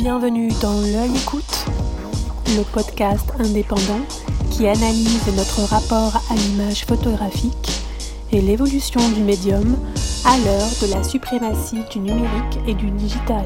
Bienvenue dans L'Œil Écoute, le podcast indépendant qui analyse notre rapport à l'image photographique et l'évolution du médium à l'heure de la suprématie du numérique et du digital.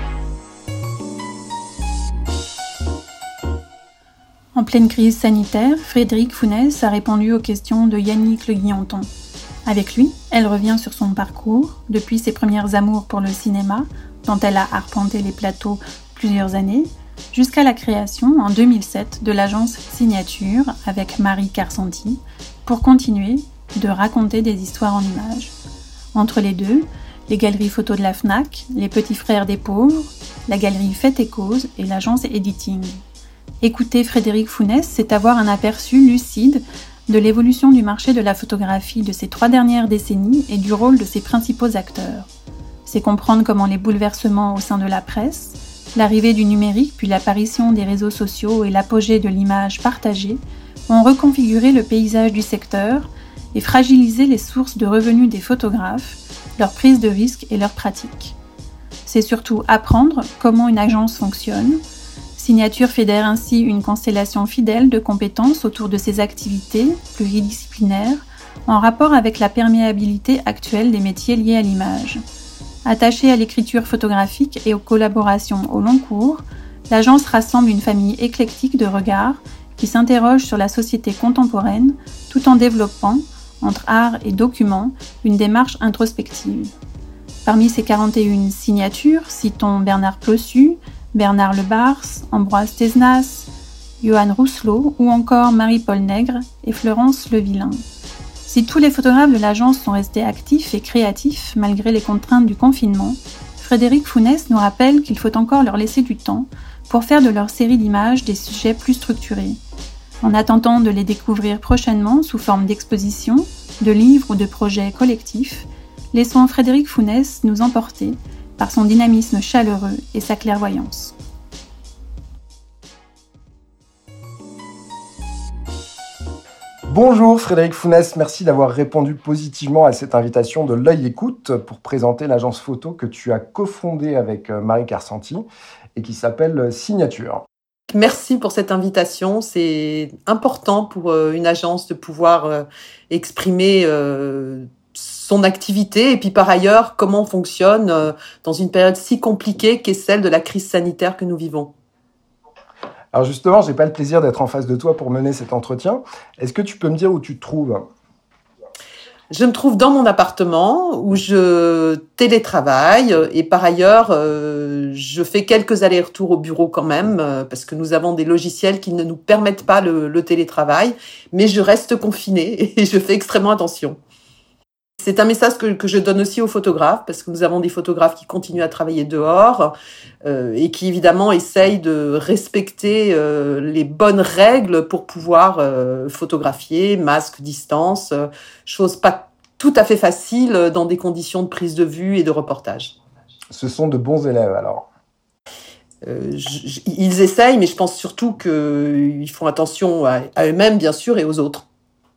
En pleine crise sanitaire, Frédérique Founès a répondu aux questions de Yannick Le Guillanton. Avec lui, elle revient sur son parcours, depuis ses premières amours pour le cinéma, dont elle a arpenté les plateaux plusieurs années, jusqu'à la création en 2007 de l'agence Signature avec Marie Carsanti, pour continuer de raconter des histoires en images. Entre les deux, les galeries photos de la Fnac, les petits frères des pauvres, la galerie Fait et Cause et l'agence Editing. Écouter Frédérique Founès, c'est avoir un aperçu lucide de l'évolution du marché de la photographie de ces 3 dernières décennies et du rôle de ses principaux acteurs. C'est comprendre comment les bouleversements au sein de la presse, l'arrivée du numérique puis l'apparition des réseaux sociaux et l'apogée de l'image partagée ont reconfiguré le paysage du secteur et fragilisé les sources de revenus des photographes, leur prise de risque et leurs pratiques. C'est surtout apprendre comment une agence fonctionne. Signature fédère ainsi une constellation fidèle de compétences autour de ses activités pluridisciplinaires en rapport avec la perméabilité actuelle des métiers liés à l'image. Attachée à l'écriture photographique et aux collaborations au long cours, l'agence rassemble une famille éclectique de regards qui s'interroge sur la société contemporaine tout en développant, entre art et document, une démarche introspective. Parmi ses 41 signatures, citons Bernard Plossu, Bernard Lebars, Ambroise Thesnas, Johan Rousselot ou encore Marie-Paul Nègre et Florence Levillain. Si tous les photographes de l'agence sont restés actifs et créatifs malgré les contraintes du confinement, Frédérique Founès nous rappelle qu'il faut encore leur laisser du temps pour faire de leur série d'images des sujets plus structurés. En attendant de les découvrir prochainement sous forme d'expositions, de livres ou de projets collectifs, laissons Frédérique Founès nous emporter par son dynamisme chaleureux et sa clairvoyance. Bonjour Frédérique Founès, merci d'avoir répondu positivement à cette invitation de L'Œil Écoute pour présenter l'agence photo que tu as cofondée avec Marie Carsanti et qui s'appelle Signature. Merci pour cette invitation, c'est important pour une agence de pouvoir exprimer son activité et puis par ailleurs comment on fonctionne dans une période si compliquée qu'est celle de la crise sanitaire que nous vivons. Alors justement, j'ai pas le plaisir d'être en face de toi pour mener cet entretien. Est-ce que tu peux me dire où tu te trouves ? Je me trouve dans mon appartement où je télétravaille et par ailleurs, je fais quelques allers-retours au bureau quand même parce que nous avons des logiciels qui ne nous permettent pas le télétravail, mais je reste confinée et je fais extrêmement attention. C'est un message que je donne aussi aux photographes parce que nous avons des photographes qui continuent à travailler dehors et qui évidemment essayent de respecter les bonnes règles pour pouvoir photographier, masque, distance, chose pas tout à fait facile dans des conditions de prise de vue et de reportage. Ce sont de bons élèves alors. Ils essayent, mais je pense surtout qu'ils font attention à eux-mêmes bien sûr et aux autres.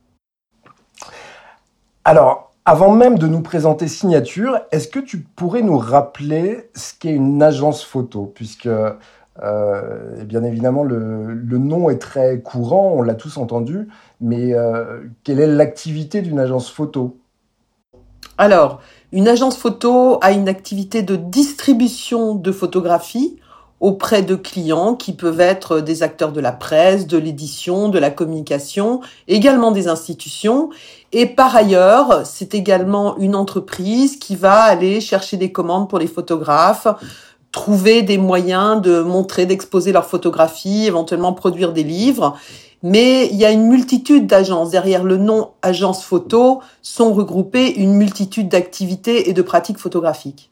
Alors, avant même de nous présenter Signature, est-ce que tu pourrais nous rappeler ce qu'est une agence photo ? Puisque, bien évidemment, le nom est très courant, on l'a tous entendu, mais quelle est l'activité d'une agence photo ? Alors, une agence photo a une activité de distribution de photographies auprès de clients qui peuvent être des acteurs de la presse, de l'édition, de la communication, également des institutions. Et par ailleurs, c'est également une entreprise qui va aller chercher des commandes pour les photographes, trouver des moyens de montrer, d'exposer leurs photographies, éventuellement produire des livres. Mais il y a une multitude d'agences. Derrière le nom agence photo sont regroupées une multitude d'activités et de pratiques photographiques.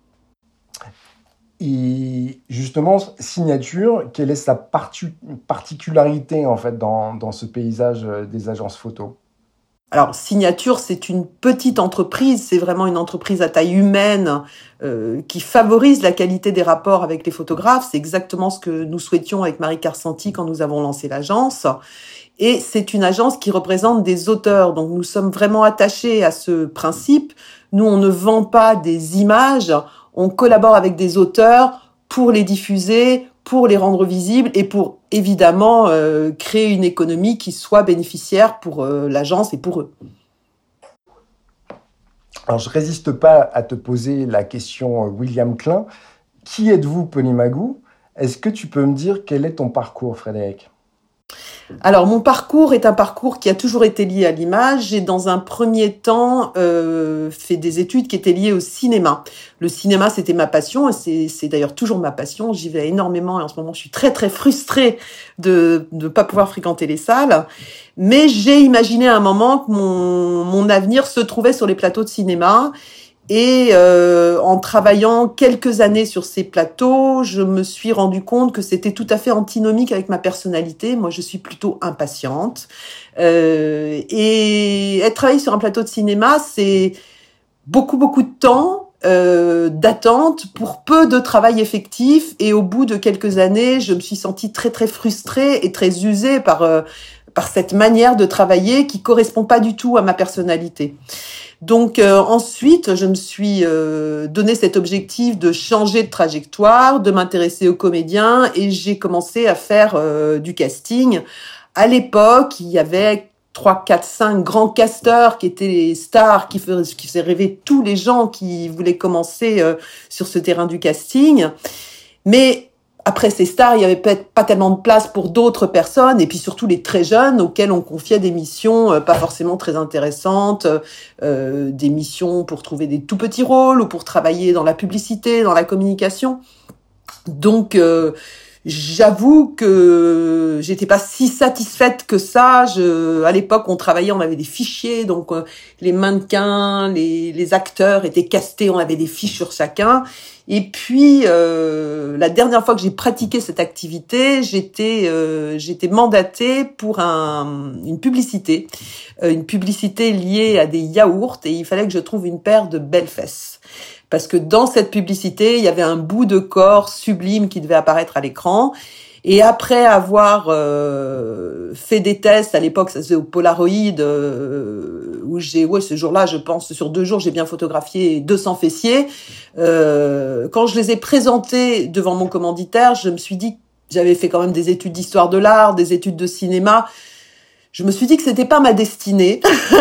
Et justement, Signature, quelle est sa particularité en fait dans ce paysage des agences photo ? Alors, Signature, c'est une petite entreprise, c'est vraiment une entreprise à taille humaine qui favorise la qualité des rapports avec les photographes. C'est exactement ce que nous souhaitions avec Marie Carsanti quand nous avons lancé l'agence. Et c'est une agence qui représente des auteurs. Donc, nous sommes vraiment attachés à ce principe. Nous, on ne vend pas des images, on collabore avec des auteurs pour les diffuser, pour les rendre visibles et pour évidemment créer une économie qui soit bénéficiaire pour l'agence et pour eux. Alors, je résiste pas à te poser la question William Klein. Qui êtes-vous, Polymagou ? Est-ce que tu peux me dire quel est ton parcours, Frédéric ? Alors, mon parcours est un parcours qui a toujours été lié à l'image. J'ai, dans un premier temps, fait des études qui étaient liées au cinéma. Le cinéma, c'était ma passion, et c'est d'ailleurs toujours ma passion. J'y vais énormément, et en ce moment, je suis très, très frustrée de ne pas pouvoir fréquenter les salles. Mais j'ai imaginé à un moment que mon avenir se trouvait sur les plateaux de cinéma. Et en travaillant quelques années sur ces plateaux, je me suis rendu compte que c'était tout à fait antinomique avec ma personnalité. Moi, je suis plutôt impatiente. Et travailler sur un plateau de cinéma, c'est beaucoup de temps d'attente pour peu de travail effectif. Et au bout de quelques années, je me suis sentie très, très frustrée et très usée par cette manière de travailler qui correspond pas du tout à ma personnalité. Donc ensuite, je me suis donné cet objectif de changer de trajectoire, de m'intéresser aux comédiens, et j'ai commencé à faire du casting. À l'époque, il y avait 3, 4, 5 grands casteurs qui étaient les stars, qui faisaient rêver tous les gens qui voulaient commencer sur ce terrain du casting. Mais après ces stars, il y avait peut-être pas tellement de place pour d'autres personnes, et puis surtout les très jeunes auxquels on confiait des missions pas forcément très intéressantes, des missions pour trouver des tout petits rôles ou pour travailler dans la publicité, dans la communication. Donc j'avoue que j'étais pas si satisfaite que ça. À l'époque, on travaillait, on avait des fichiers, donc les mannequins, les acteurs étaient castés, on avait des fiches sur chacun. Et puis la dernière fois que j'ai pratiqué cette activité, j'étais mandatée pour une publicité liée à des yaourts, et il fallait que je trouve une paire de belles fesses. Parce que dans cette publicité, il y avait un bout de corps sublime qui devait apparaître à l'écran. Et après avoir fait des tests, à l'époque, ça se faisait au Polaroid, où ce jour-là, je pense, sur 2 jours, j'ai bien photographié 200 fessiers. Quand je les ai présentés devant mon commanditaire, je me suis dit, j'avais fait quand même des études d'histoire de l'art, des études de cinéma. Je me suis dit que c'était pas ma destinée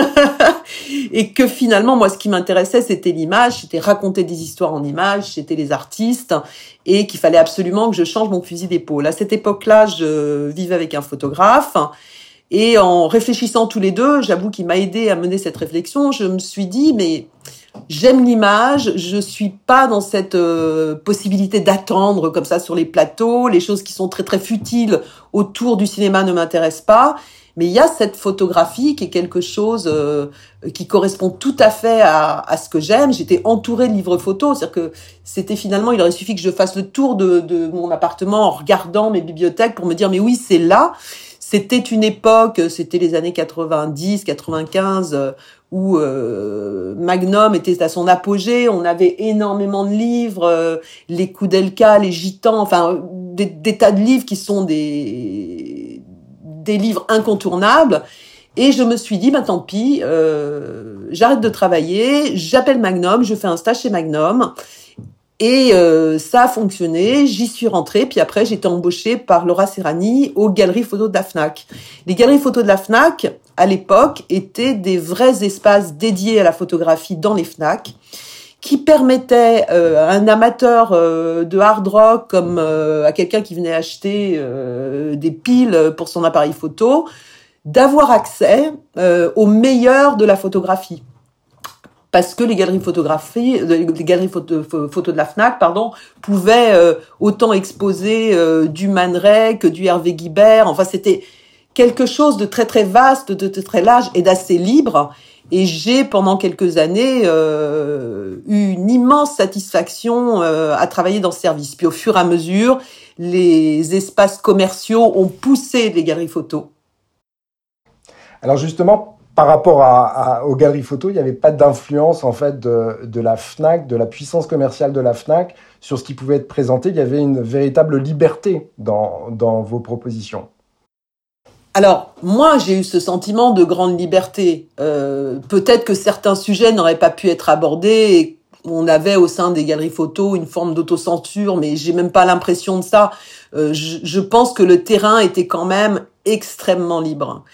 et que finalement, moi, ce qui m'intéressait, c'était l'image, c'était raconter des histoires en images, c'était les artistes, et qu'il fallait absolument que je change mon fusil d'épaule. À cette époque-là, je vivais avec un photographe, et en réfléchissant tous les deux, j'avoue qu'il m'a aidé à mener cette réflexion, je me suis dit, mais j'aime l'image, je suis pas dans cette possibilité d'attendre comme ça sur les plateaux, les choses qui sont très très futiles autour du cinéma ne m'intéressent pas. Mais il y a cette photographie qui est quelque chose qui correspond tout à fait à ce que j'aime. J'étais entourée de livres photos, c'est-à-dire que c'était finalement, il aurait suffi que je fasse le tour de mon appartement en regardant mes bibliothèques pour me dire, mais oui, c'est là. C'était une époque, c'était les années 90, 95, où Magnum était à son apogée. On avait énormément de livres, les Koudelka, les Gitans, enfin des tas de livres qui sont des livres incontournables. Et je me suis dit, tant pis, j'arrête de travailler, j'appelle Magnum, je fais un stage chez Magnum. Et ça a fonctionné, j'y suis rentrée, puis après j'ai été embauchée par Laura Serrani aux galeries photos de la FNAC. Les galeries photos de la FNAC, à l'époque, étaient des vrais espaces dédiés à la photographie dans les FNAC, qui permettaient à un amateur de hard rock, comme à quelqu'un qui venait acheter des piles pour son appareil photo, d'avoir accès au meilleur de la photographie. Parce que les galeries photo de la FNAC, pouvaient autant exposer du Man Ray que du Hervé Guibert. Enfin, c'était quelque chose de très très vaste, de très large et d'assez libre. Et j'ai, pendant quelques années, eu une immense satisfaction à travailler dans ce service. Puis au fur et à mesure, les espaces commerciaux ont poussé les galeries photo. Alors justement, par rapport aux galeries photo, il n'y avait pas d'influence en fait de la FNAC, de la puissance commerciale de la FNAC sur ce qui pouvait être présenté. Il y avait une véritable liberté dans vos propositions. Alors, moi, j'ai eu ce sentiment de grande liberté. Peut-être que certains sujets n'auraient pas pu être abordés on avait au sein des galeries photos une forme d'autocensure, mais j'ai même pas l'impression de ça. Je pense que le terrain était quand même extrêmement libre.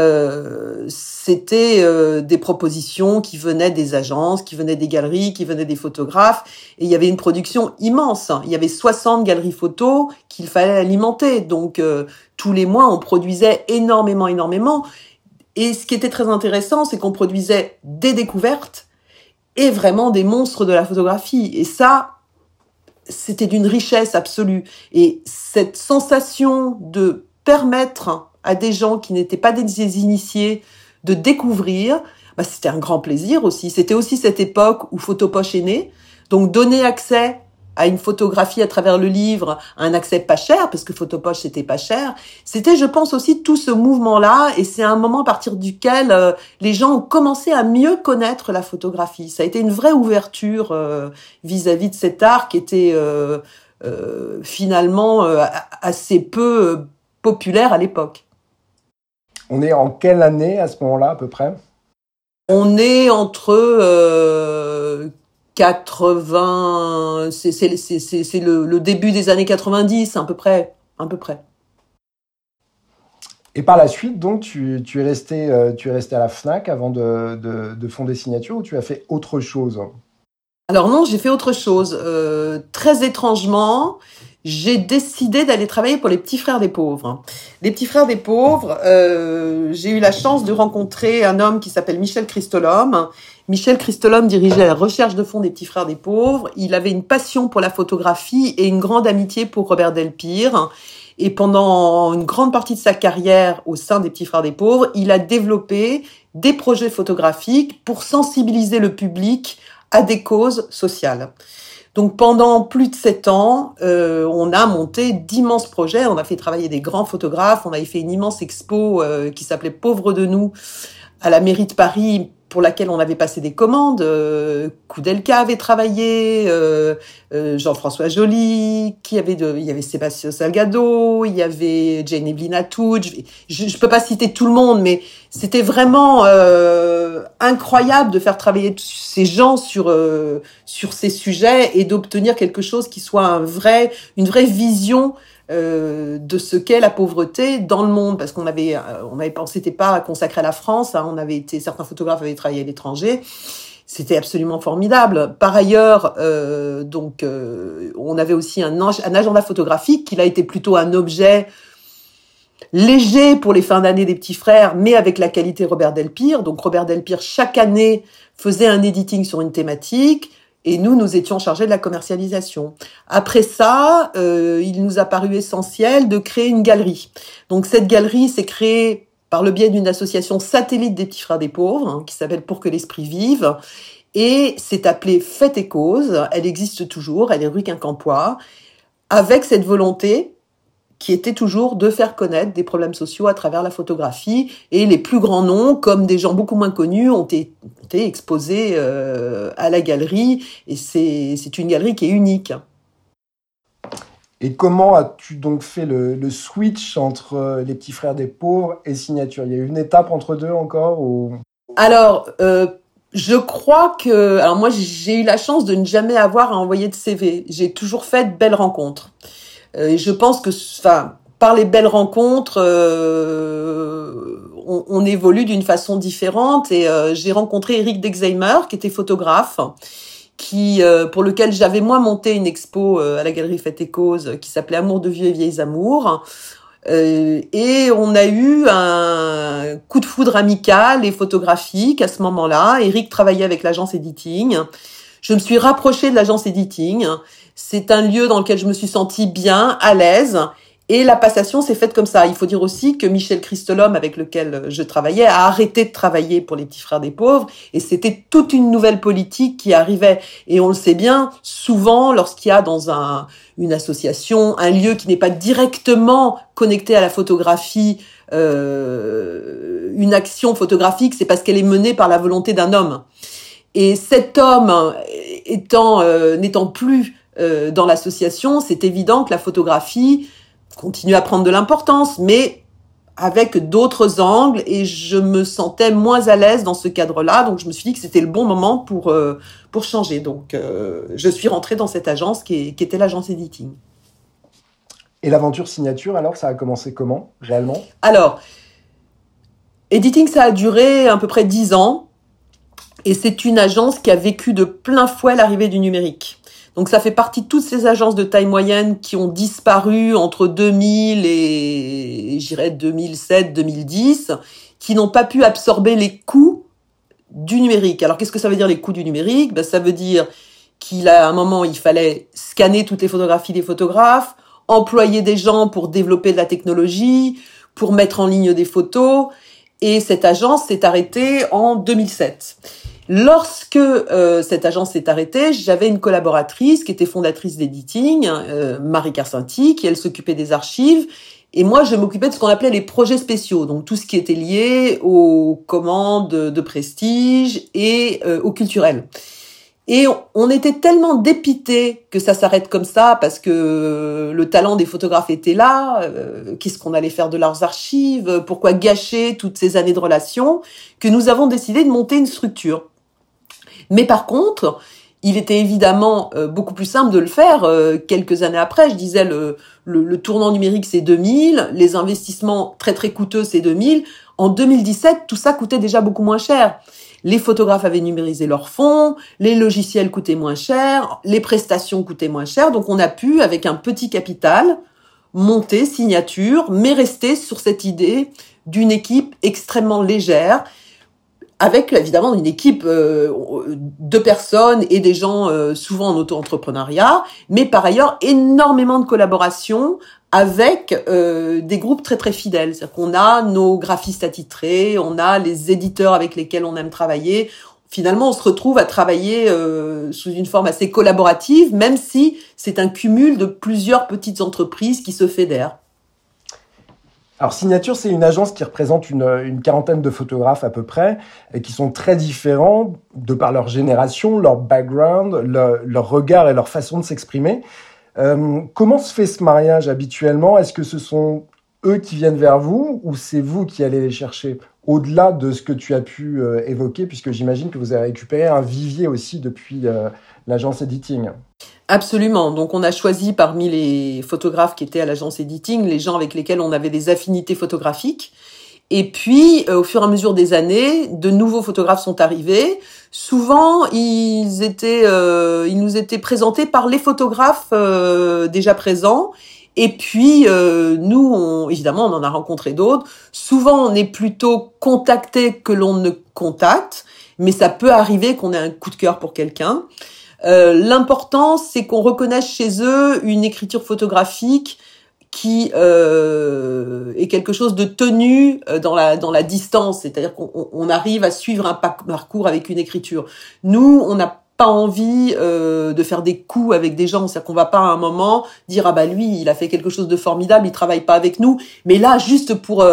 C'était des propositions qui venaient des agences, qui venaient des galeries, qui venaient des photographes, et il y avait une production immense. Il y avait 60 galeries photos qu'il fallait alimenter, donc tous les mois on produisait énormément. Et ce qui était très intéressant, c'est qu'on produisait des découvertes et vraiment des monstres de la photographie. Et ça, c'était d'une richesse absolue. Et cette sensation de permettre à des gens qui n'étaient pas des initiés de découvrir, c'était un grand plaisir aussi. C'était aussi cette époque où Photopoche est née. Donc donner accès à une photographie à travers le livre, un accès pas cher, parce que Photopoche c'était pas cher. C'était, je pense aussi, tout ce mouvement-là, et c'est un moment à partir duquel les gens ont commencé à mieux connaître la photographie. Ça a été une vraie ouverture vis-à-vis de cet art qui était finalement assez peu populaire à l'époque. On est en quelle année à ce moment-là, à peu près ? On est entre 80, c'est le début des années 90, à peu près. Et par la suite, donc, tu es resté à la Fnac avant de fonder Signature, ou tu as fait autre chose ? Alors non, j'ai fait autre chose. Très étrangement, j'ai décidé d'aller travailler pour les Petits Frères des Pauvres. Les Petits Frères des Pauvres, j'ai eu la chance de rencontrer un homme qui s'appelle Michel Christolome. Michel Christolome dirigeait la recherche de fonds des Petits Frères des Pauvres. Il avait une passion pour la photographie et une grande amitié pour Robert Delpire. Et pendant une grande partie de sa carrière au sein des Petits Frères des Pauvres, il a développé des projets photographiques pour sensibiliser le public à des causes sociales. Donc pendant plus de 7 ans, on a monté d'immenses projets. On a fait travailler des grands photographes. On avait fait une immense expo qui s'appelait Pauvres de nous à la mairie de Paris, pour laquelle on avait passé des commandes. Koudelka avait travaillé, Jean-François Joly, il y avait Sébastien Salgado, il y avait Jane Evelyn Atwood. Je peux pas citer tout le monde, mais c'était vraiment incroyable de faire travailler ces gens sur ces sujets et d'obtenir quelque chose qui soit une vraie vision de ce qu'est la pauvreté dans le monde, parce qu'on avait pensé, c'était pas consacré à la France, hein, certains photographes avaient travaillé à l'étranger, c'était absolument formidable. Par ailleurs, on avait aussi un agenda photographique, qui a été plutôt un objet léger pour les fins d'année des Petits Frères, mais avec la qualité Robert Delpire. Donc Robert Delpire, chaque année, faisait un editing sur une thématique, et nous étions chargés de la commercialisation. Après ça, il nous a paru essentiel de créer une galerie. Donc cette galerie s'est créée par le biais d'une association satellite des Petits Frères des Pauvres, hein, qui s'appelle Pour que l'esprit vive, et c'est appelée Fête et Cause. Elle existe toujours, elle est rue Quincampoix, avec cette volonté qui était toujours de faire connaître des problèmes sociaux à travers la photographie. Et les plus grands noms, comme des gens beaucoup moins connus, ont été exposés à la galerie. Et c'est une galerie qui est unique. Et comment as-tu donc fait le switch entre les Petits Frères des Pauvres et Signature ? Il y a eu une étape entre deux encore ou... Alors, je crois que... Alors moi, j'ai eu la chance de ne jamais avoir à envoyer de CV. J'ai toujours fait de belles rencontres. Et je pense que, par les belles rencontres, on évolue d'une façon différente. Et j'ai rencontré Éric Dexheimer, qui était photographe, pour lequel j'avais moi monté une expo à la galerie Fête et Cause, qui s'appelait Amour de vieux et vieilles amours. Et on a eu un coup de foudre amical et photographique à ce moment-là. Éric travaillait avec l'agence Editing. Je me suis rapprochée de l'agence Editing. C'est un lieu dans lequel je me suis sentie bien, à l'aise, et la passation s'est faite comme ça. Il faut dire aussi que Michel Christolome, avec lequel je travaillais, a arrêté de travailler pour les Petits Frères des Pauvres, et c'était toute une nouvelle politique qui arrivait. Et on le sait bien, souvent, lorsqu'il y a dans une association, un lieu qui n'est pas directement connecté à la photographie, une action photographique, c'est parce qu'elle est menée par la volonté d'un homme. Et cet homme n'étant plus dans l'association, c'est évident que la photographie continue à prendre de l'importance, mais avec d'autres angles et je me sentais moins à l'aise dans ce cadre-là. Donc, je me suis dit que c'était le bon moment pour changer. Donc, je suis rentrée dans cette agence qui était l'agence Editing. Et l'aventure signature, alors, ça a commencé comment, réellement ? Alors, Editing, ça a duré à peu près 10 ans. Et c'est une agence qui a vécu de plein fouet l'arrivée du numérique. Donc ça fait partie de toutes ces agences de taille moyenne qui ont disparu entre 2000 et, je dirais, 2007, 2010, qui n'ont pas pu absorber les coûts du numérique. Alors qu'est-ce que ça veut dire les coûts du numérique ? Ça veut dire qu'à un moment, il fallait scanner toutes les photographies des photographes, employer des gens pour développer de la technologie, pour mettre en ligne des photos. Et cette agence s'est arrêtée en 2007. Lorsque cette agence s'est arrêtée, j'avais une collaboratrice qui était fondatrice d'Editing, Marie Carcinti, qui elle s'occupait des archives. Et moi, je m'occupais de ce qu'on appelait les projets spéciaux, donc tout ce qui était lié aux commandes de prestige et au culturel. Et on était tellement dépités que ça s'arrête comme ça parce que le talent des photographes était là. Qu'est-ce qu'on allait faire de leurs archives ? Pourquoi gâcher toutes ces années de relations ? Que nous avons décidé de monter une structure. Mais par contre, il était évidemment beaucoup plus simple de le faire quelques années après. Je disais, le tournant numérique, c'est 2000. Les investissements très, très coûteux, c'est 2000. En 2017, tout ça coûtait déjà beaucoup moins cher. Les photographes avaient numérisé leurs fonds, les logiciels coûtaient moins cher, les prestations coûtaient moins cher. Donc, on a pu, avec un petit capital, monter Signature, mais rester sur cette idée d'une équipe extrêmement légère, avec évidemment une équipe de personnes et des gens souvent en auto-entrepreneuriat, mais par ailleurs énormément de collaboration avec des groupes très très fidèles. C'est-à-dire qu'on a nos graphistes attitrés, on a les éditeurs avec lesquels on aime travailler. Finalement, on se retrouve à travailler sous une forme assez collaborative, même si c'est un cumul de plusieurs petites entreprises qui se fédèrent. Alors Signature, c'est une agence qui représente une quarantaine de photographes à peu près, et qui sont très différents de par leur génération, leur background, leur regard et leur façon de s'exprimer. Comment se fait ce mariage habituellement ? Est-ce que ce sont eux qui viennent vers vous ou c'est vous qui allez les chercher ? Au-delà de ce que tu as pu évoquer, puisque j'imagine que vous avez récupéré un vivier aussi depuis l'agence Editing. Absolument. Donc, on a choisi parmi les photographes qui étaient à l'agence Editing, les gens avec lesquels on avait des affinités photographiques. Et puis, au fur et à mesure des années, de nouveaux photographes sont arrivés. Souvent, ils nous étaient présentés par les photographes déjà présents. Et puis, nous, évidemment, on en a rencontré d'autres. Souvent, on est plutôt contacté que l'on ne contacte, mais ça peut arriver qu'on ait un coup de cœur pour quelqu'un. L'important, c'est qu'on reconnaisse chez eux une écriture photographique qui est quelque chose de tenu dans la distance, c'est-à-dire qu'on arrive à suivre un parcours avec une écriture. Nous, on n'a pas envie de faire des coups avec des gens, c'est-à-dire qu'on va pas à un moment dire ah bah lui il a fait quelque chose de formidable, il travaille pas avec nous, mais là juste pour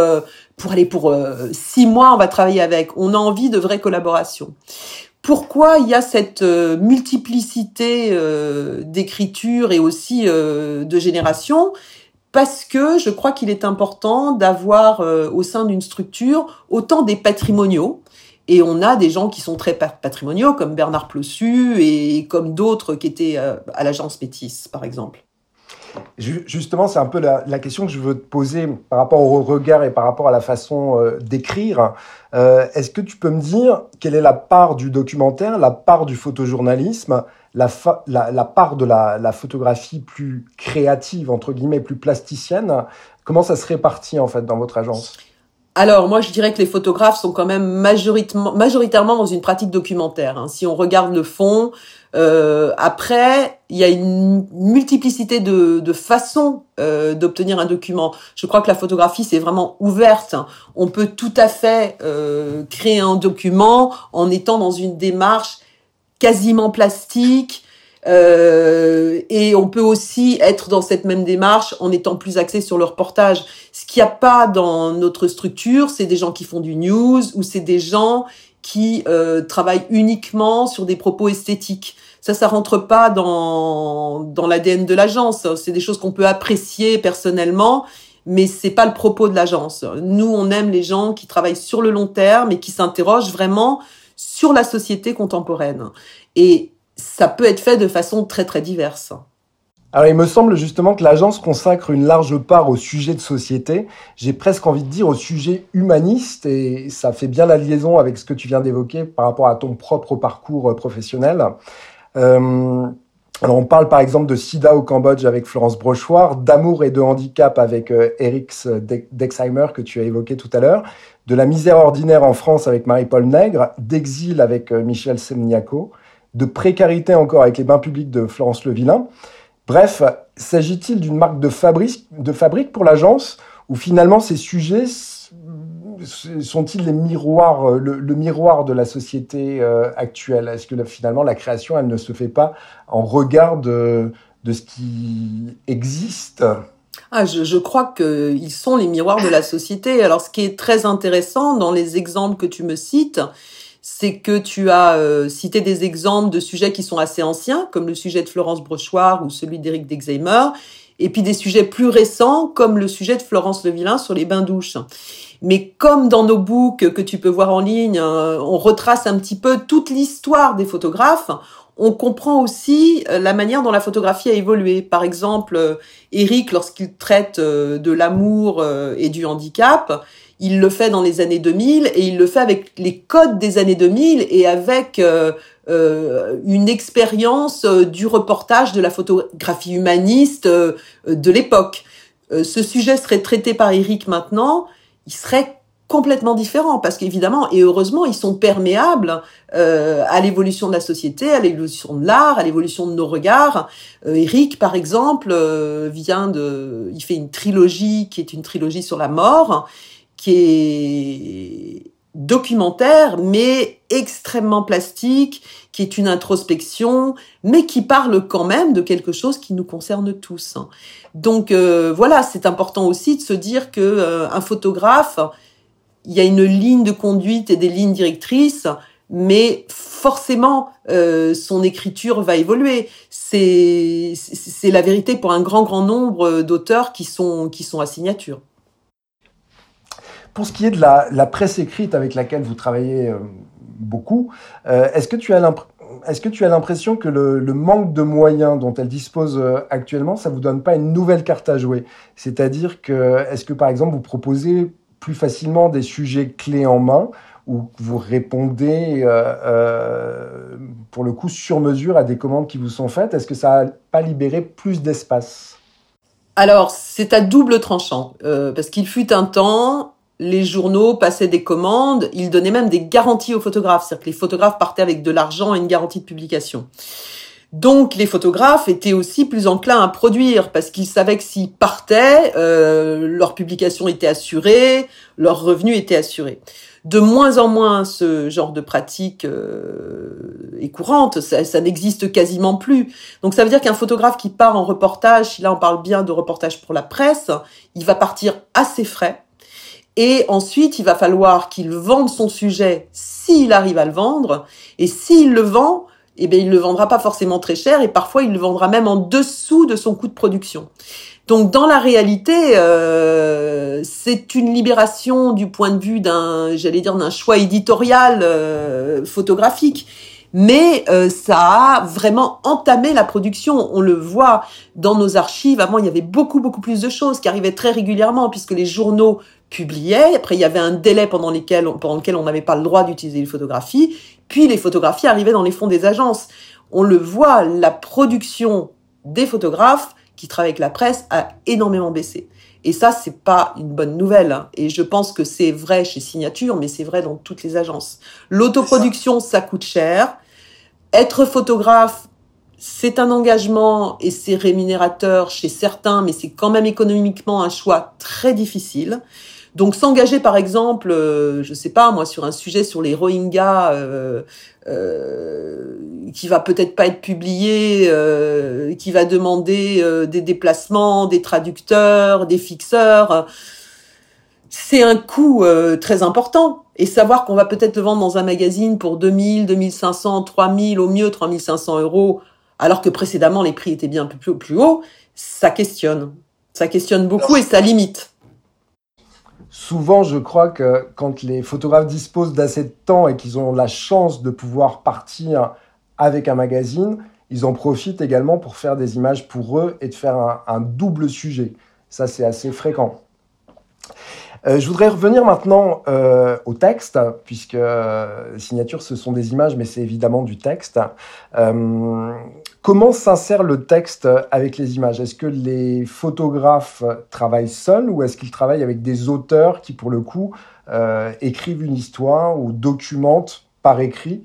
6 mois on va travailler avec. On a envie de vraies collaborations. Pourquoi il y a cette multiplicité d'écriture et aussi de génération ? Parce que je crois qu'il est important d'avoir au sein d'une structure autant des patrimoniaux. Et on a des gens qui sont très patrimoniaux, comme Bernard Plossu et comme d'autres qui étaient à l'agence Métis, par exemple. Justement, c'est un peu la question que je veux te poser par rapport au regard et par rapport à la façon d'écrire. Est-ce que tu peux me dire quelle est la part du documentaire, la part du photojournalisme, la part de la photographie plus créative, entre guillemets, plus plasticienne ? Comment ça se répartit en fait dans votre agence ? Alors, moi, je dirais que les photographes sont quand même majoritairement dans une pratique documentaire. Hein. Si on regarde le fond, après, il y a une multiplicité de façons d'obtenir un document. Je crois que la photographie, c'est vraiment ouverte. On peut tout à fait créer un document en étant dans une démarche quasiment plastique. Et on peut aussi être dans cette même démarche en étant plus axé sur le reportage. Ce qu'il n'y a pas dans notre structure, c'est des gens qui font du news ou c'est des gens qui travaillent uniquement sur des propos esthétiques. Ça rentre pas dans l'ADN de l'agence. C'est des choses qu'on peut apprécier personnellement, mais c'est pas le propos de l'agence. Nous, on aime les gens qui travaillent sur le long terme et qui s'interrogent vraiment sur la société contemporaine. Et ça peut être fait de façon très, très diverse. Alors, il me semble justement que l'agence consacre une large part au sujet de société. J'ai presque envie de dire au sujet humaniste, et ça fait bien la liaison avec ce que tu viens d'évoquer par rapport à ton propre parcours professionnel. Alors, on parle par exemple de SIDA au Cambodge avec Florence Brochoir, d'amour et de handicap avec Eric Dexheimer que tu as évoqué tout à l'heure, de la misère ordinaire en France avec Marie-Paul Nègre, d'exil avec Michel Semniako, de précarité encore avec les bains publics de Florence Levillain. Bref, s'agit-il d'une marque de fabrique pour l'agence, ou finalement ces sujets sont-ils les miroirs, le miroir de la société actuelle? Est-ce que finalement la création, elle ne se fait pas en regard de ce qui existe? Je crois qu'ils sont les miroirs de la société. Alors, ce qui est très intéressant dans les exemples que tu me cites, c'est que tu as cité des exemples de sujets qui sont assez anciens, comme le sujet de Florence Brochoir ou celui d'Éric Dexheimer, et puis des sujets plus récents, comme le sujet de Florence Levillain sur les bains-douches. Mais comme dans nos books que tu peux voir en ligne, on retrace un petit peu toute l'histoire des photographes, on comprend aussi la manière dont la photographie a évolué. Par exemple, Éric, lorsqu'il traite de l'amour et du handicap, il le fait dans les années 2000 et il le fait avec les codes des années 2000 et avec une expérience du reportage de la photographie humaniste de l'époque. Ce sujet serait traité par Éric maintenant, il serait complètement différent parce qu'évidemment et heureusement ils sont perméables à l'évolution de la société, à l'évolution de l'art, à l'évolution de nos regards. Éric par exemple il fait une trilogie qui est une trilogie sur la mort, qui est documentaire mais extrêmement plastique, qui est une introspection, mais qui parle quand même de quelque chose qui nous concerne tous. Donc voilà, c'est important aussi de se dire que un photographe, il y a une ligne de conduite et des lignes directrices, mais forcément, son écriture va évoluer. C'est la vérité pour un grand nombre d'auteurs qui sont à signature. Pour ce qui est de la presse écrite avec laquelle vous travaillez beaucoup, est-ce que tu as l'impression que le manque de moyens dont elle dispose actuellement, ça vous donne pas une nouvelle carte à jouer? C'est-à-dire que, est-ce que par exemple vous proposez plus facilement des sujets clés en main ou vous répondez pour le coup sur mesure à des commandes qui vous sont faites? Est-ce que ça n'a pas libéré plus d'espace? Alors, c'est à double tranchant, parce qu'il fut un temps, les journaux passaient des commandes, ils donnaient même des garanties aux photographes, c'est-à-dire que les photographes partaient avec de l'argent et une garantie de publication. Donc, les photographes étaient aussi plus enclins à produire parce qu'ils savaient que s'ils partaient, leur publication était assurée, leur revenu était assuré. De moins en moins, ce genre de pratique est courante, ça n'existe quasiment plus. Donc, ça veut dire qu'un photographe qui part en reportage, si là on parle bien de reportage pour la presse, il va partir à ses frais. Et ensuite, il va falloir qu'il vende son sujet s'il arrive à le vendre. Et s'il le vend, eh bien, il le vendra pas forcément très cher et parfois il le vendra même en dessous de son coût de production. Donc, dans la réalité, c'est une libération du point de vue d'un choix éditorial photographique. Mais ça a vraiment entamé la production. On le voit dans nos archives. Avant, il y avait beaucoup plus de choses qui arrivaient très régulièrement puisque les journaux publiaient. Après, il y avait un délai pendant lequel on n'avait pas le droit d'utiliser les photographies. Puis, les photographies arrivaient dans les fonds des agences. On le voit, la production des photographes qui travaillent avec la presse a énormément baissé. Et ça, c'est pas une bonne nouvelle. Et je pense que c'est vrai chez Signature, mais c'est vrai dans toutes les agences. L'autoproduction, ça coûte cher. Être photographe, c'est un engagement et c'est rémunérateur chez certains, mais c'est quand même économiquement un choix très difficile. Donc s'engager par exemple, je sais pas moi, sur un sujet sur les Rohingyas qui va peut-être pas être publié, qui va demander des déplacements, des traducteurs, des fixeurs, c'est un coût très important. Et savoir qu'on va peut-être le vendre dans un magazine pour 2000, 2500, 3000, au mieux 3500 €, alors que précédemment les prix étaient bien plus hauts, ça questionne. Ça questionne beaucoup et ça limite. souvent, je crois que quand les photographes disposent d'assez de temps et qu'ils ont la chance de pouvoir partir avec un magazine, ils en profitent également pour faire des images pour eux et de faire un double sujet. Ça, c'est assez fréquent. Je voudrais revenir maintenant au texte, puisque signature, ce sont des images, mais c'est évidemment du texte. Comment s'insère le texte avec les images? Est-ce que les photographes travaillent seuls ou est-ce qu'ils travaillent avec des auteurs qui, pour le coup, écrivent une histoire ou documentent par écrit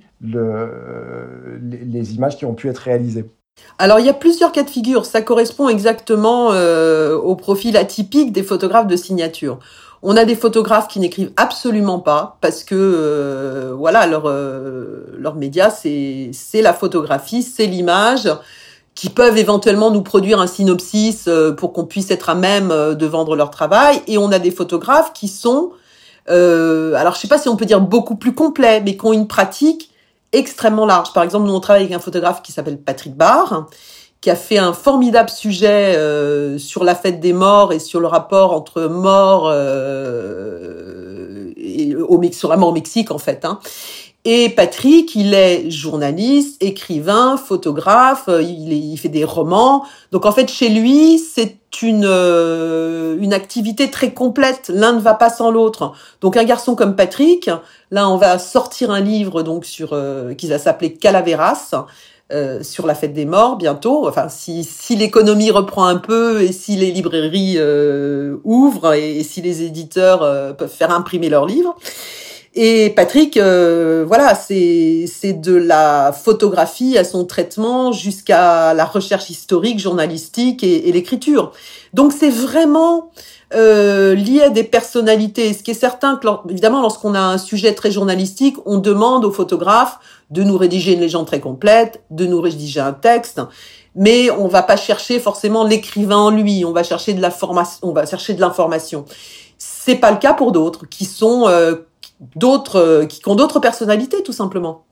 les images qui ont pu être réalisées? Alors, il y a plusieurs cas de figure. Ça correspond exactement au profil atypique des photographes de signature. On a des photographes qui n'écrivent absolument pas parce que voilà, leur média, c'est la photographie, c'est l'image, qui peuvent éventuellement nous produire un synopsis pour qu'on puisse être à même de vendre leur travail. Et on a des photographes qui sont, alors je sais pas si on peut dire beaucoup plus complets, mais qui ont une pratique extrêmement large. Par exemple, nous on travaille avec un photographe qui s'appelle Patrick Barr, qui a fait un formidable sujet sur la fête des morts et sur le rapport entre mort et sur la mort au Mexique en fait. Et Patrick, il est journaliste, écrivain, photographe, il fait des romans. Donc en fait, chez lui, c'est une activité très complète. L'un ne va pas sans l'autre. Donc un garçon comme Patrick, là, on va sortir un livre donc qui va s'appeler Calaveras. Sur la fête des morts bientôt. Enfin, si l'économie reprend un peu et si les librairies ouvrent et si les éditeurs peuvent faire imprimer leurs livres. Et Patrick, voilà, c'est de la photographie à son traitement jusqu'à la recherche historique, journalistique et l'écriture. Donc c'est vraiment lié à des personnalités. Ce qui est certain que, évidemment, lorsqu'on a un sujet très journalistique, on demande aux photographes de nous rédiger une légende très complète, de nous rédiger un texte, mais on va pas chercher forcément l'écrivain en lui, on va chercher de l'information. C'est pas le cas pour d'autres, qui ont d'autres personnalités, tout simplement.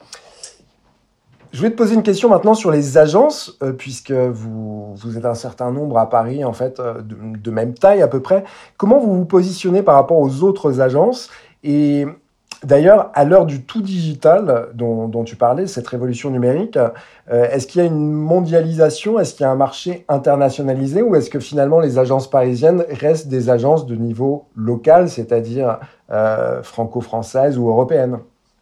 Je vais te poser une question maintenant sur les agences, puisque vous êtes un certain nombre à Paris, en fait, de même taille à peu près. Comment vous vous positionnez par rapport aux autres agences? Et d'ailleurs, à l'heure du tout digital dont tu parlais, cette révolution numérique, est-ce qu'il y a une mondialisation? Est-ce qu'il y a un marché internationalisé? Ou est-ce que finalement les agences parisiennes restent des agences de niveau local, c'est-à-dire franco-françaises ou européennes?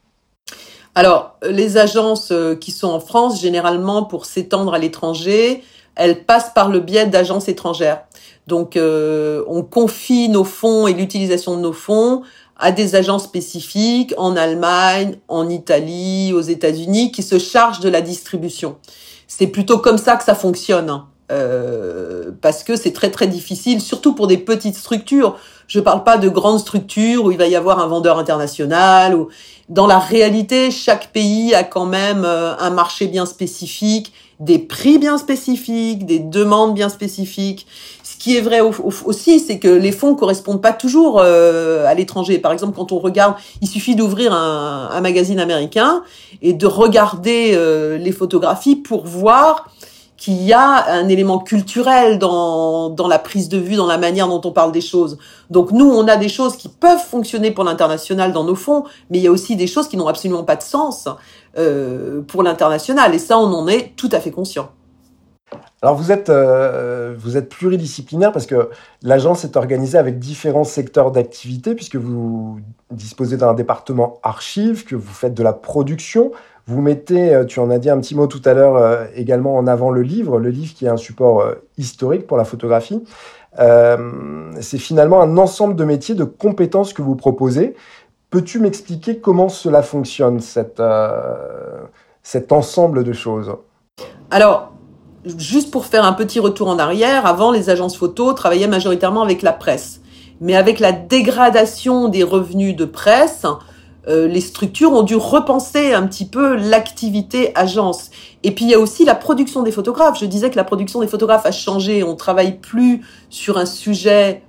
Alors, les agences qui sont en France, généralement, pour s'étendre à l'étranger, elles passent par le biais d'agences étrangères. Donc, on confie nos fonds et l'utilisation de nos fonds à des agences spécifiques en Allemagne, en Italie, aux États-Unis, qui se chargent de la distribution. C'est plutôt comme ça que ça fonctionne, parce que c'est très très difficile, surtout pour des petites structures. Je parle pas de grandes structures où il va y avoir un vendeur international. Dans la réalité, chaque pays a quand même un marché bien spécifique, des prix bien spécifiques, des demandes bien spécifiques. Ce qui est vrai aussi, c'est que les fonds correspondent pas toujours à l'étranger. Par exemple, quand on regarde, il suffit d'ouvrir un magazine américain et de regarder les photographies pour voir qu'il y a un élément culturel dans la prise de vue, dans la manière dont on parle des choses. Donc nous, on a des choses qui peuvent fonctionner pour l'international dans nos fonds, mais il y a aussi des choses qui n'ont absolument pas de sens pour l'international. Et ça, on en est tout à fait conscient. Alors vous êtes pluridisciplinaire parce que l'agence est organisée avec différents secteurs d'activité puisque vous disposez d'un département archives, que vous faites de la production. Vous mettez, tu en as dit un petit mot tout à l'heure, également en avant le livre qui est un support historique pour la photographie. C'est finalement un ensemble de métiers, de compétences que vous proposez. Peux-tu m'expliquer comment cela fonctionne, cet ensemble de choses? Alors, juste pour faire un petit retour en arrière, avant, les agences photo travaillaient majoritairement avec la presse. Mais avec la dégradation des revenus de presse, les structures ont dû repenser un petit peu l'activité agence. Et puis, il y a aussi la production des photographes. Je disais que la production des photographes a changé. On travaille plus sur un sujet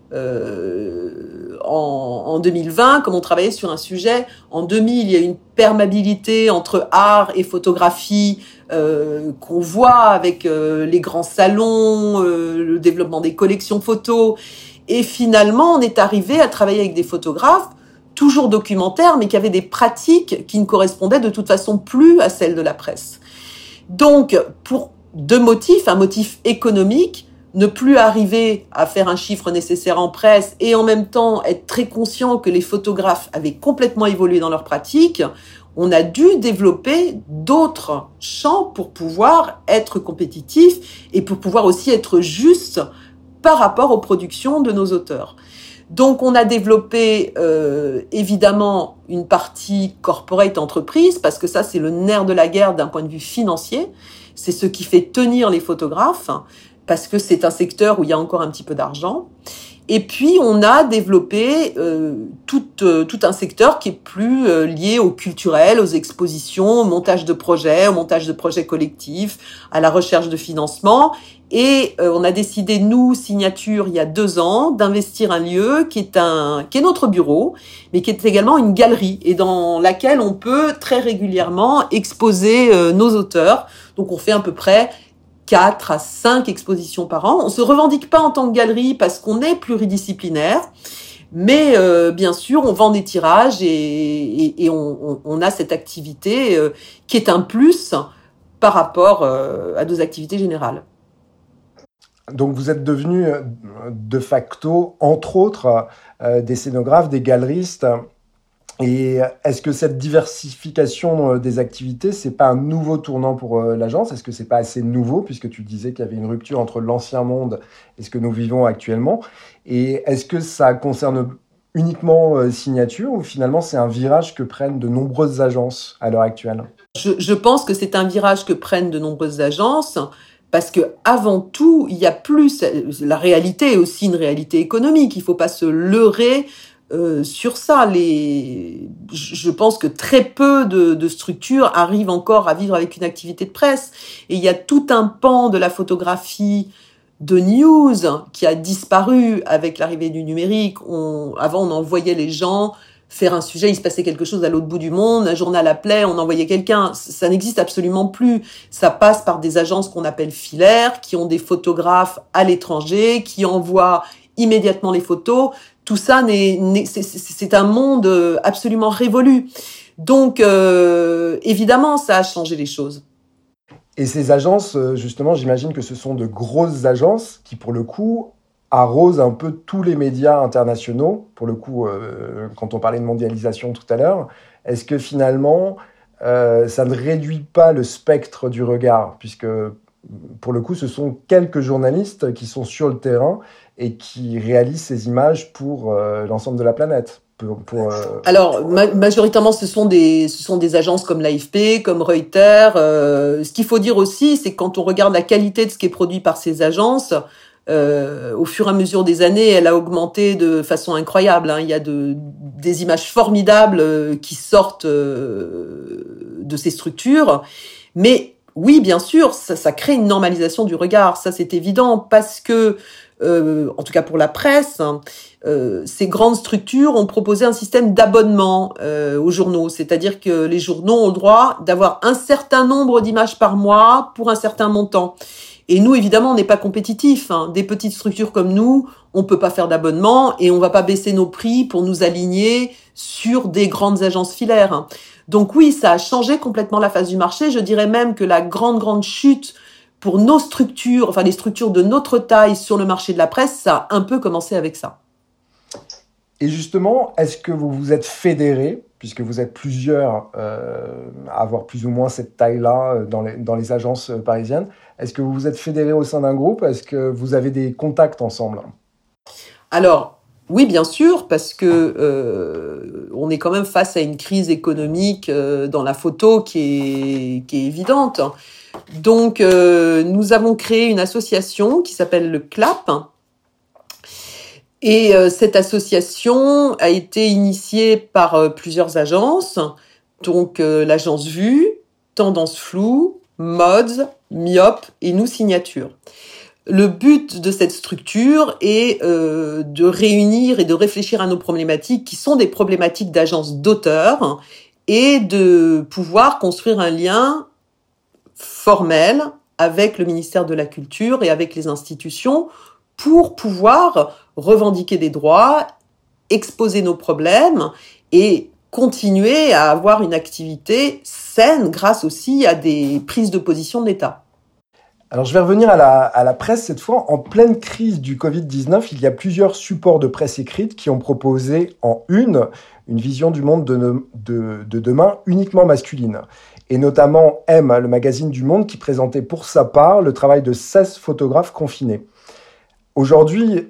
en 2020 comme on travaillait sur un sujet en 2000. Il y a une perméabilité entre art et photographie qu'on voit avec les grands salons, le développement des collections photos. Et finalement, on est arrivé à travailler avec des photographes, toujours documentaires, mais qui avaient des pratiques qui ne correspondaient de toute façon plus à celles de la presse. Donc, pour deux motifs, un motif économique, ne plus arriver à faire un chiffre nécessaire en presse et en même temps être très conscient que les photographes avaient complètement évolué dans leur pratique, on a dû développer d'autres champs pour pouvoir être compétitifs et pour pouvoir aussi être juste par rapport aux productions de nos auteurs. Donc, on a développé évidemment une partie corporate entreprise, parce que ça, c'est le nerf de la guerre d'un point de vue financier. C'est ce qui fait tenir les photographes, parce que c'est un secteur où il y a encore un petit peu d'argent. Et puis, on a développé tout un secteur qui est plus lié au culturel, aux expositions, au montage de projets collectifs, à la recherche de financement. Et on a décidé, nous, Signature, il y a 2 ans, d'investir un lieu qui est notre bureau, mais qui est également une galerie, et dans laquelle on peut très régulièrement exposer nos auteurs. Donc, on fait à peu près 4 à 5 expositions par an. On se revendique pas en tant que galerie parce qu'on est pluridisciplinaire, mais bien sûr, on vend des tirages et on a cette activité qui est un plus par rapport à nos activités générales. Donc vous êtes devenus de facto, entre autres, des scénographes, des galeristes. Et est-ce que cette diversification des activités, c'est pas un nouveau tournant pour l'agence ? Est-ce que c'est pas assez nouveau, puisque tu disais qu'il y avait une rupture entre l'ancien monde et ce que nous vivons actuellement ? Et est-ce que ça concerne uniquement Signature, ou finalement c'est un virage que prennent de nombreuses agences à l'heure actuelle ? Je pense que c'est un virage que prennent de nombreuses agences, parce que avant tout, il y a plus, la réalité est aussi une réalité économique. Il faut pas se leurrer sur ça. Je pense que très peu de structures arrivent encore à vivre avec une activité de presse. Et il y a tout un pan de la photographie de news qui a disparu avec l'arrivée du numérique. Avant, on envoyait les gens faire un sujet, il se passait quelque chose à l'autre bout du monde, un journal appelait, on envoyait quelqu'un. Ça n'existe absolument plus. Ça passe par des agences qu'on appelle filaires, qui ont des photographes à l'étranger, qui envoient immédiatement les photos. Tout ça, c'est un monde absolument révolu. Donc, évidemment, ça a changé les choses. Et ces agences, justement, j'imagine que ce sont de grosses agences qui, pour le coup, arrosent un peu tous les médias internationaux. Pour le coup, quand on parlait de mondialisation tout à l'heure, est-ce que finalement, ça ne réduit pas le spectre du regard, puisque, pour le coup, ce sont quelques journalistes qui sont sur le terrain et qui réalisent ces images pour l'ensemble de la planète. Alors, majoritairement, ce sont des agences comme l'AFP, comme Reuters. Ce qu'il faut dire aussi, c'est que quand on regarde la qualité de ce qui est produit par ces agences, au fur et à mesure des années, elle a augmenté de façon incroyable. Il y a des images formidables qui sortent de ces structures. Mais oui, bien sûr, ça crée une normalisation du regard. Ça, c'est évident, parce que, en tout cas pour la presse, ces grandes structures ont proposé un système d'abonnement aux journaux. C'est-à-dire que les journaux ont le droit d'avoir un certain nombre d'images par mois pour un certain montant. Et nous, évidemment, on n'est pas compétitifs. Des petites structures comme nous, on peut pas faire d'abonnement et on va pas baisser nos prix pour nous aligner sur des grandes agences filaires. Donc oui, ça a changé complètement la face du marché. Je dirais même que la grande chute pour nos structures, enfin les structures de notre taille sur le marché de la presse, ça a un peu commencé avec ça. Et justement, est-ce que vous vous êtes fédérés, puisque vous êtes plusieurs à avoir plus ou moins cette taille-là dans les agences parisiennes, est-ce que vous vous êtes fédérés au sein d'un groupe ? Est-ce que vous avez des contacts ensemble ? Alors, oui, bien sûr, parce que on est quand même face à une crise économique dans la photo qui est évidente. Donc, nous avons créé une association qui s'appelle le CLAP. Et cette association a été initiée par plusieurs agences, donc l'agence Vue, Tendance Floue, Mods, Myop et nous Signature. Le but de cette structure est de réunir et de réfléchir à nos problématiques qui sont des problématiques d'agences d'auteurs et de pouvoir construire un lien formel avec le ministère de la Culture et avec les institutions pour pouvoir revendiquer des droits, exposer nos problèmes et continuer à avoir une activité saine grâce aussi à des prises de position de l'État. Alors, je vais revenir à la presse cette fois. En pleine crise du Covid-19, il y a plusieurs supports de presse écrite qui ont proposé en une vision du monde de demain uniquement masculine. Et notamment M, le magazine du Monde, qui présentait pour sa part le travail de 16 photographes confinés. Aujourd'hui,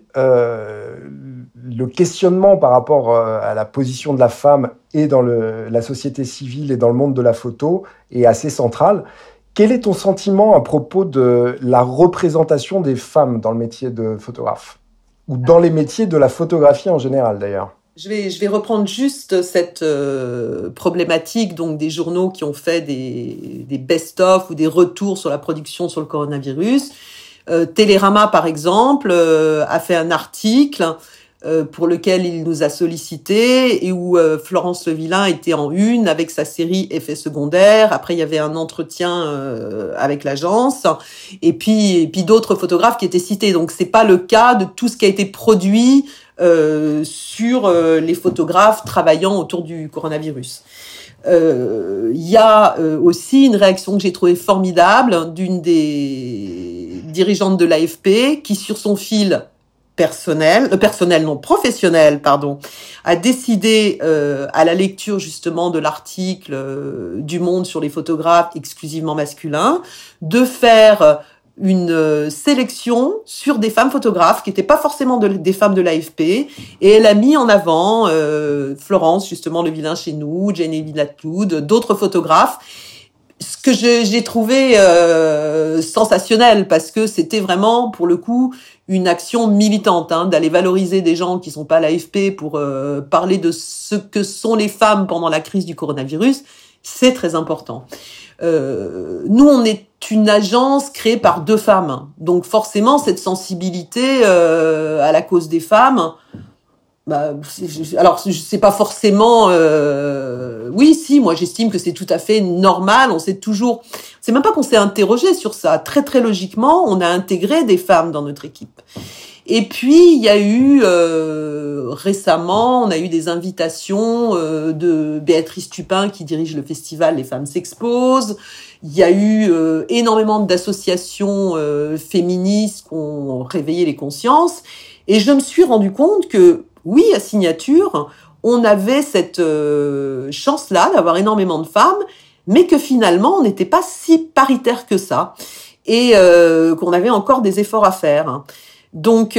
le questionnement par rapport à la position de la femme et dans la société civile et dans le monde de la photo est assez central. Quel est ton sentiment à propos de la représentation des femmes dans le métier de photographe? Ou dans les métiers de la photographie en général, d'ailleurs? Je vais reprendre juste cette problématique donc des journaux qui ont fait des best-of ou des retours sur la production sur le coronavirus. Télérama, par exemple, a fait un article pour lequel il nous a sollicité et où Florence Levillain était en une avec sa série Effets secondaires. Après, il y avait un entretien avec l'agence et puis d'autres photographes qui étaient cités. Donc, c'est pas le cas de tout ce qui a été produit sur les photographes travaillant autour du coronavirus. Il y a aussi une réaction que j'ai trouvée formidable d'une des dirigeantes de l'AFP qui, sur son fil professionnel, a décidé, à la lecture justement de l'article du Monde sur les photographes exclusivement masculins, de faire une sélection sur des femmes photographes qui n'étaient pas forcément des femmes de l'AFP, et elle a mis en avant Florence justement Levillain chez nous, Jenny Villatloud, d'autres photographes, ce que j'ai trouvé sensationnel, parce que c'était vraiment pour le coup une action militante, d'aller valoriser des gens qui sont pas à l'AFP pour parler de ce que sont les femmes pendant la crise du coronavirus. C'est très important. Nous, on est une agence créée par 2 femmes. Donc forcément, cette sensibilité à la cause des femmes, alors c'est pas forcément... Oui, si, moi j'estime que c'est tout à fait normal. C'est même pas qu'on s'est interrogé sur ça. Très très logiquement, on a intégré des femmes dans notre équipe. Et puis, il y a eu récemment, on a eu des invitations de Béatrice Tupin qui dirige le festival Les Femmes s'exposent. Il y a eu énormément d'associations féministes qui ont réveillé les consciences. Et je me suis rendu compte que, oui, à Signature, on avait cette chance-là d'avoir énormément de femmes, mais que finalement, on n'était pas si paritaire que ça. Et qu'on avait encore des efforts à faire. Donc,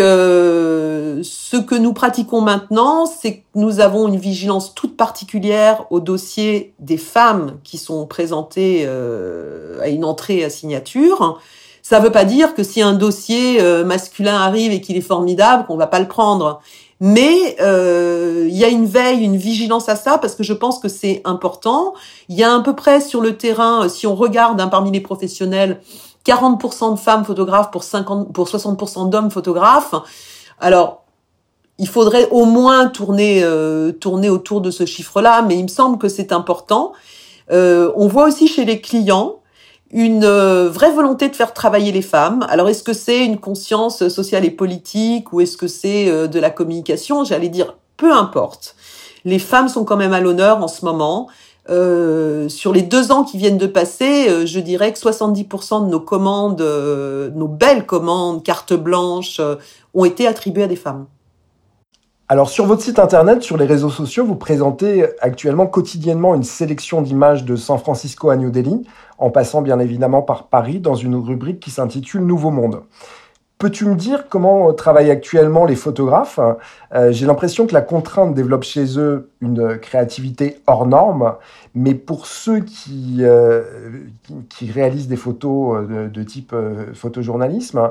ce que nous pratiquons maintenant, c'est que nous avons une vigilance toute particulière au dossier des femmes qui sont présentées à une entrée à Signature. Ça veut pas dire que si un dossier masculin arrive et qu'il est formidable, qu'on va pas le prendre. Mais il y a une veille, une vigilance à ça, parce que je pense que c'est important. Il y a à peu près sur le terrain, si on regarde parmi les professionnels, 40% de femmes photographes pour 60% d'hommes photographes. Alors, il faudrait au moins tourner autour de ce chiffre-là, mais il me semble que c'est important. On voit aussi chez les clients une vraie volonté de faire travailler les femmes. Alors, est-ce que c'est une conscience sociale et politique ou est-ce que c'est de la communication? J'allais dire, peu importe. Les femmes sont quand même à l'honneur en ce moment. Sur les 2 ans qui viennent de passer, je dirais que 70% de nos commandes, nos belles commandes, carte blanche, ont été attribuées à des femmes. Alors, sur votre site internet, sur les réseaux sociaux, vous présentez actuellement quotidiennement une sélection d'images de San Francisco à New Delhi, en passant bien évidemment par Paris, dans une rubrique qui s'intitule Nouveau Monde. Peux-tu me dire comment travaillent actuellement les photographes? J'ai l'impression que la contrainte développe chez eux une créativité hors norme, mais pour ceux qui réalisent des photos de type photojournalisme,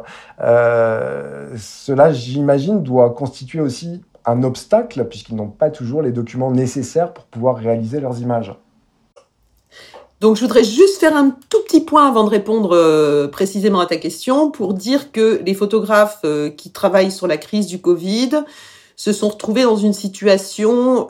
cela, j'imagine, doit constituer aussi un obstacle, puisqu'ils n'ont pas toujours les documents nécessaires pour pouvoir réaliser leurs images. Donc, je voudrais juste faire un tout petit point avant de répondre précisément à ta question pour dire que les photographes qui travaillent sur la crise du Covid se sont retrouvés dans une situation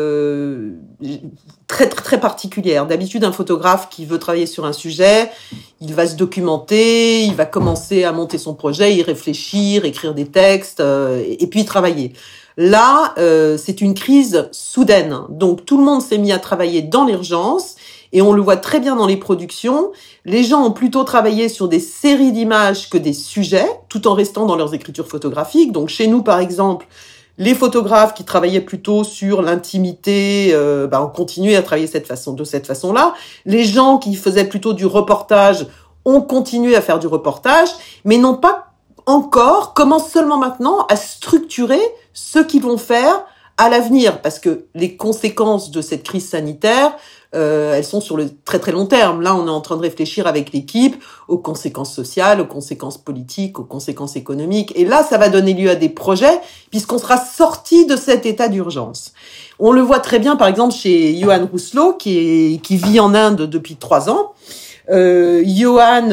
très, très, très particulière. D'habitude, un photographe qui veut travailler sur un sujet, il va se documenter, il va commencer à monter son projet, y réfléchir, écrire des textes, et puis travailler. Là, c'est une crise soudaine. Donc, tout le monde s'est mis à travailler dans l'urgence. Et on le voit très bien dans les productions. Les gens ont plutôt travaillé sur des séries d'images que des sujets, tout en restant dans leurs écritures photographiques. Donc, chez nous, par exemple, les photographes qui travaillaient plutôt sur l'intimité, ont continué à travailler de cette façon-là. Les gens qui faisaient plutôt du reportage ont continué à faire du reportage, mais n'ont pas encore, commencent seulement maintenant à structurer ce qu'ils vont faire à l'avenir, parce que les conséquences de cette crise sanitaire, elles sont sur le très très long terme. Là, on est en train de réfléchir avec l'équipe aux conséquences sociales, aux conséquences politiques, aux conséquences économiques. Et là, ça va donner lieu à des projets, puisqu'on sera sorti de cet état d'urgence. On le voit très bien, par exemple, chez Johan Rousselot, qui vit en Inde depuis 3 ans. Johan,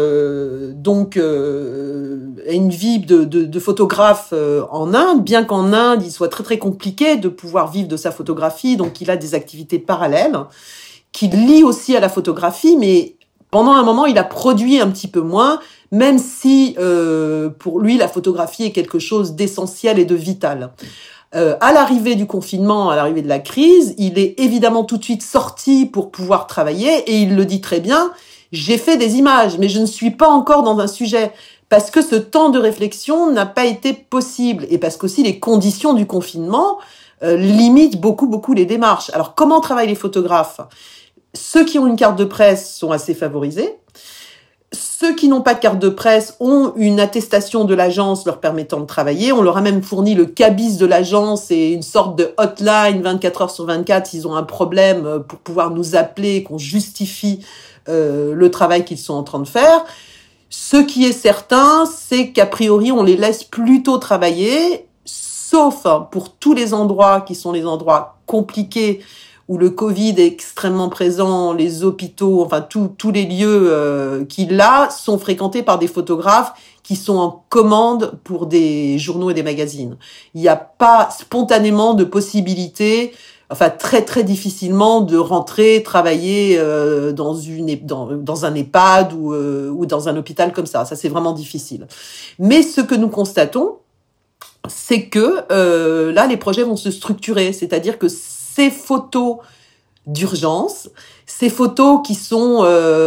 a une vie de photographe en Inde, bien qu'en Inde, il soit très très compliqué de pouvoir vivre de sa photographie, donc il a des activités parallèles qui lient aussi à la photographie, mais pendant un moment, il a produit un petit peu moins, même si pour lui, la photographie est quelque chose d'essentiel et de vital. À l'arrivée du confinement, à l'arrivée de la crise, il est évidemment tout de suite sorti pour pouvoir travailler et il le dit très bien, j'ai fait des images, mais je ne suis pas encore dans un sujet parce que ce temps de réflexion n'a pas été possible et parce qu'aussi les conditions du confinement limitent beaucoup les démarches. Alors comment travaillent les photographes ? Ceux qui ont une carte de presse sont assez favorisés. Ceux qui n'ont pas de carte de presse ont une attestation de l'agence leur permettant de travailler. On leur a même fourni le cabis de l'agence et une sorte de hotline 24 heures sur 24 s'ils ont un problème pour pouvoir nous appeler, qu'on justifie le travail qu'ils sont en train de faire. Ce qui est certain, c'est qu'a priori, on les laisse plutôt travailler, sauf pour tous les endroits qui sont les endroits compliqués où le Covid est extrêmement présent, les hôpitaux, enfin tous les lieux qu'il a sont fréquentés par des photographes qui sont en commande pour des journaux et des magazines. Il n'y a pas spontanément de possibilité, enfin très très difficilement de rentrer travailler dans un EHPAD ou dans un hôpital comme ça. Ça c'est vraiment difficile. Mais ce que nous constatons, c'est que là les projets vont se structurer, c'est-à-dire que ces photos d'urgence, ces photos qui sont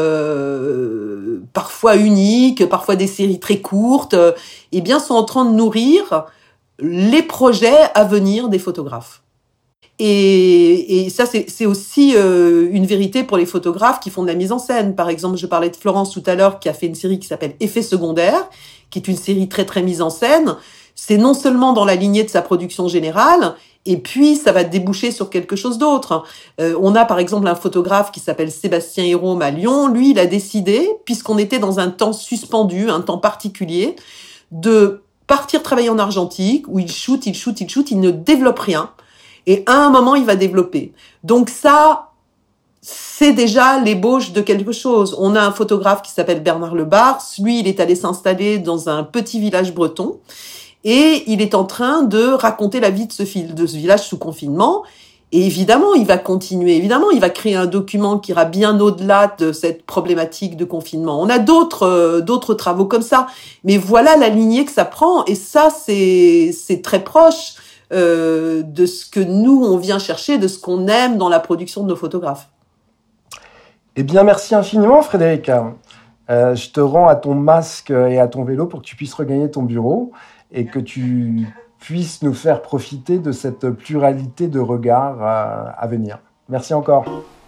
parfois uniques, parfois des séries très courtes, eh bien sont en train de nourrir les projets à venir des photographes. Et ça, c'est aussi une vérité pour les photographes qui font de la mise en scène. Par exemple, je parlais de Florence tout à l'heure, qui a fait une série qui s'appelle Effets secondaires, qui est une série très très mise en scène. C'est non seulement dans la lignée de sa production générale, et puis ça va déboucher sur quelque chose d'autre. On a par exemple un photographe qui s'appelle Sébastien Hérôme à Lyon. Lui, il a décidé, puisqu'on était dans un temps suspendu, un temps particulier, de partir travailler en argentique, où il shoot, il ne développe rien. Et à un moment, il va développer. Donc ça, c'est déjà l'ébauche de quelque chose. On a un photographe qui s'appelle Bernard Lebars. Lui, il est allé s'installer dans un petit village breton. Et il est en train de raconter la vie de ce village sous confinement. Et évidemment, il va continuer. Évidemment, il va créer un document qui ira bien au-delà de cette problématique de confinement. On a d'autres travaux comme ça. Mais voilà la lignée que ça prend. Et ça, c'est très proche de ce que nous, on vient chercher, de ce qu'on aime dans la production de nos photographes. Eh bien, merci infiniment, Frédéric. Je te rends à ton masque et à ton vélo pour que tu puisses regagner ton bureau et que tu puisses nous faire profiter de cette pluralité de regards à venir. Merci encore.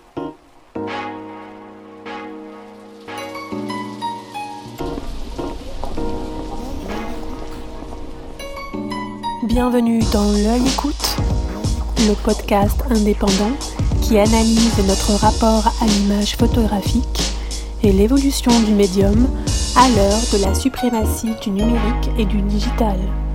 Bienvenue dans L'Œil Écoute, le podcast indépendant qui analyse notre rapport à l'image photographique et l'évolution du médium à l'heure de la suprématie du numérique et du digital.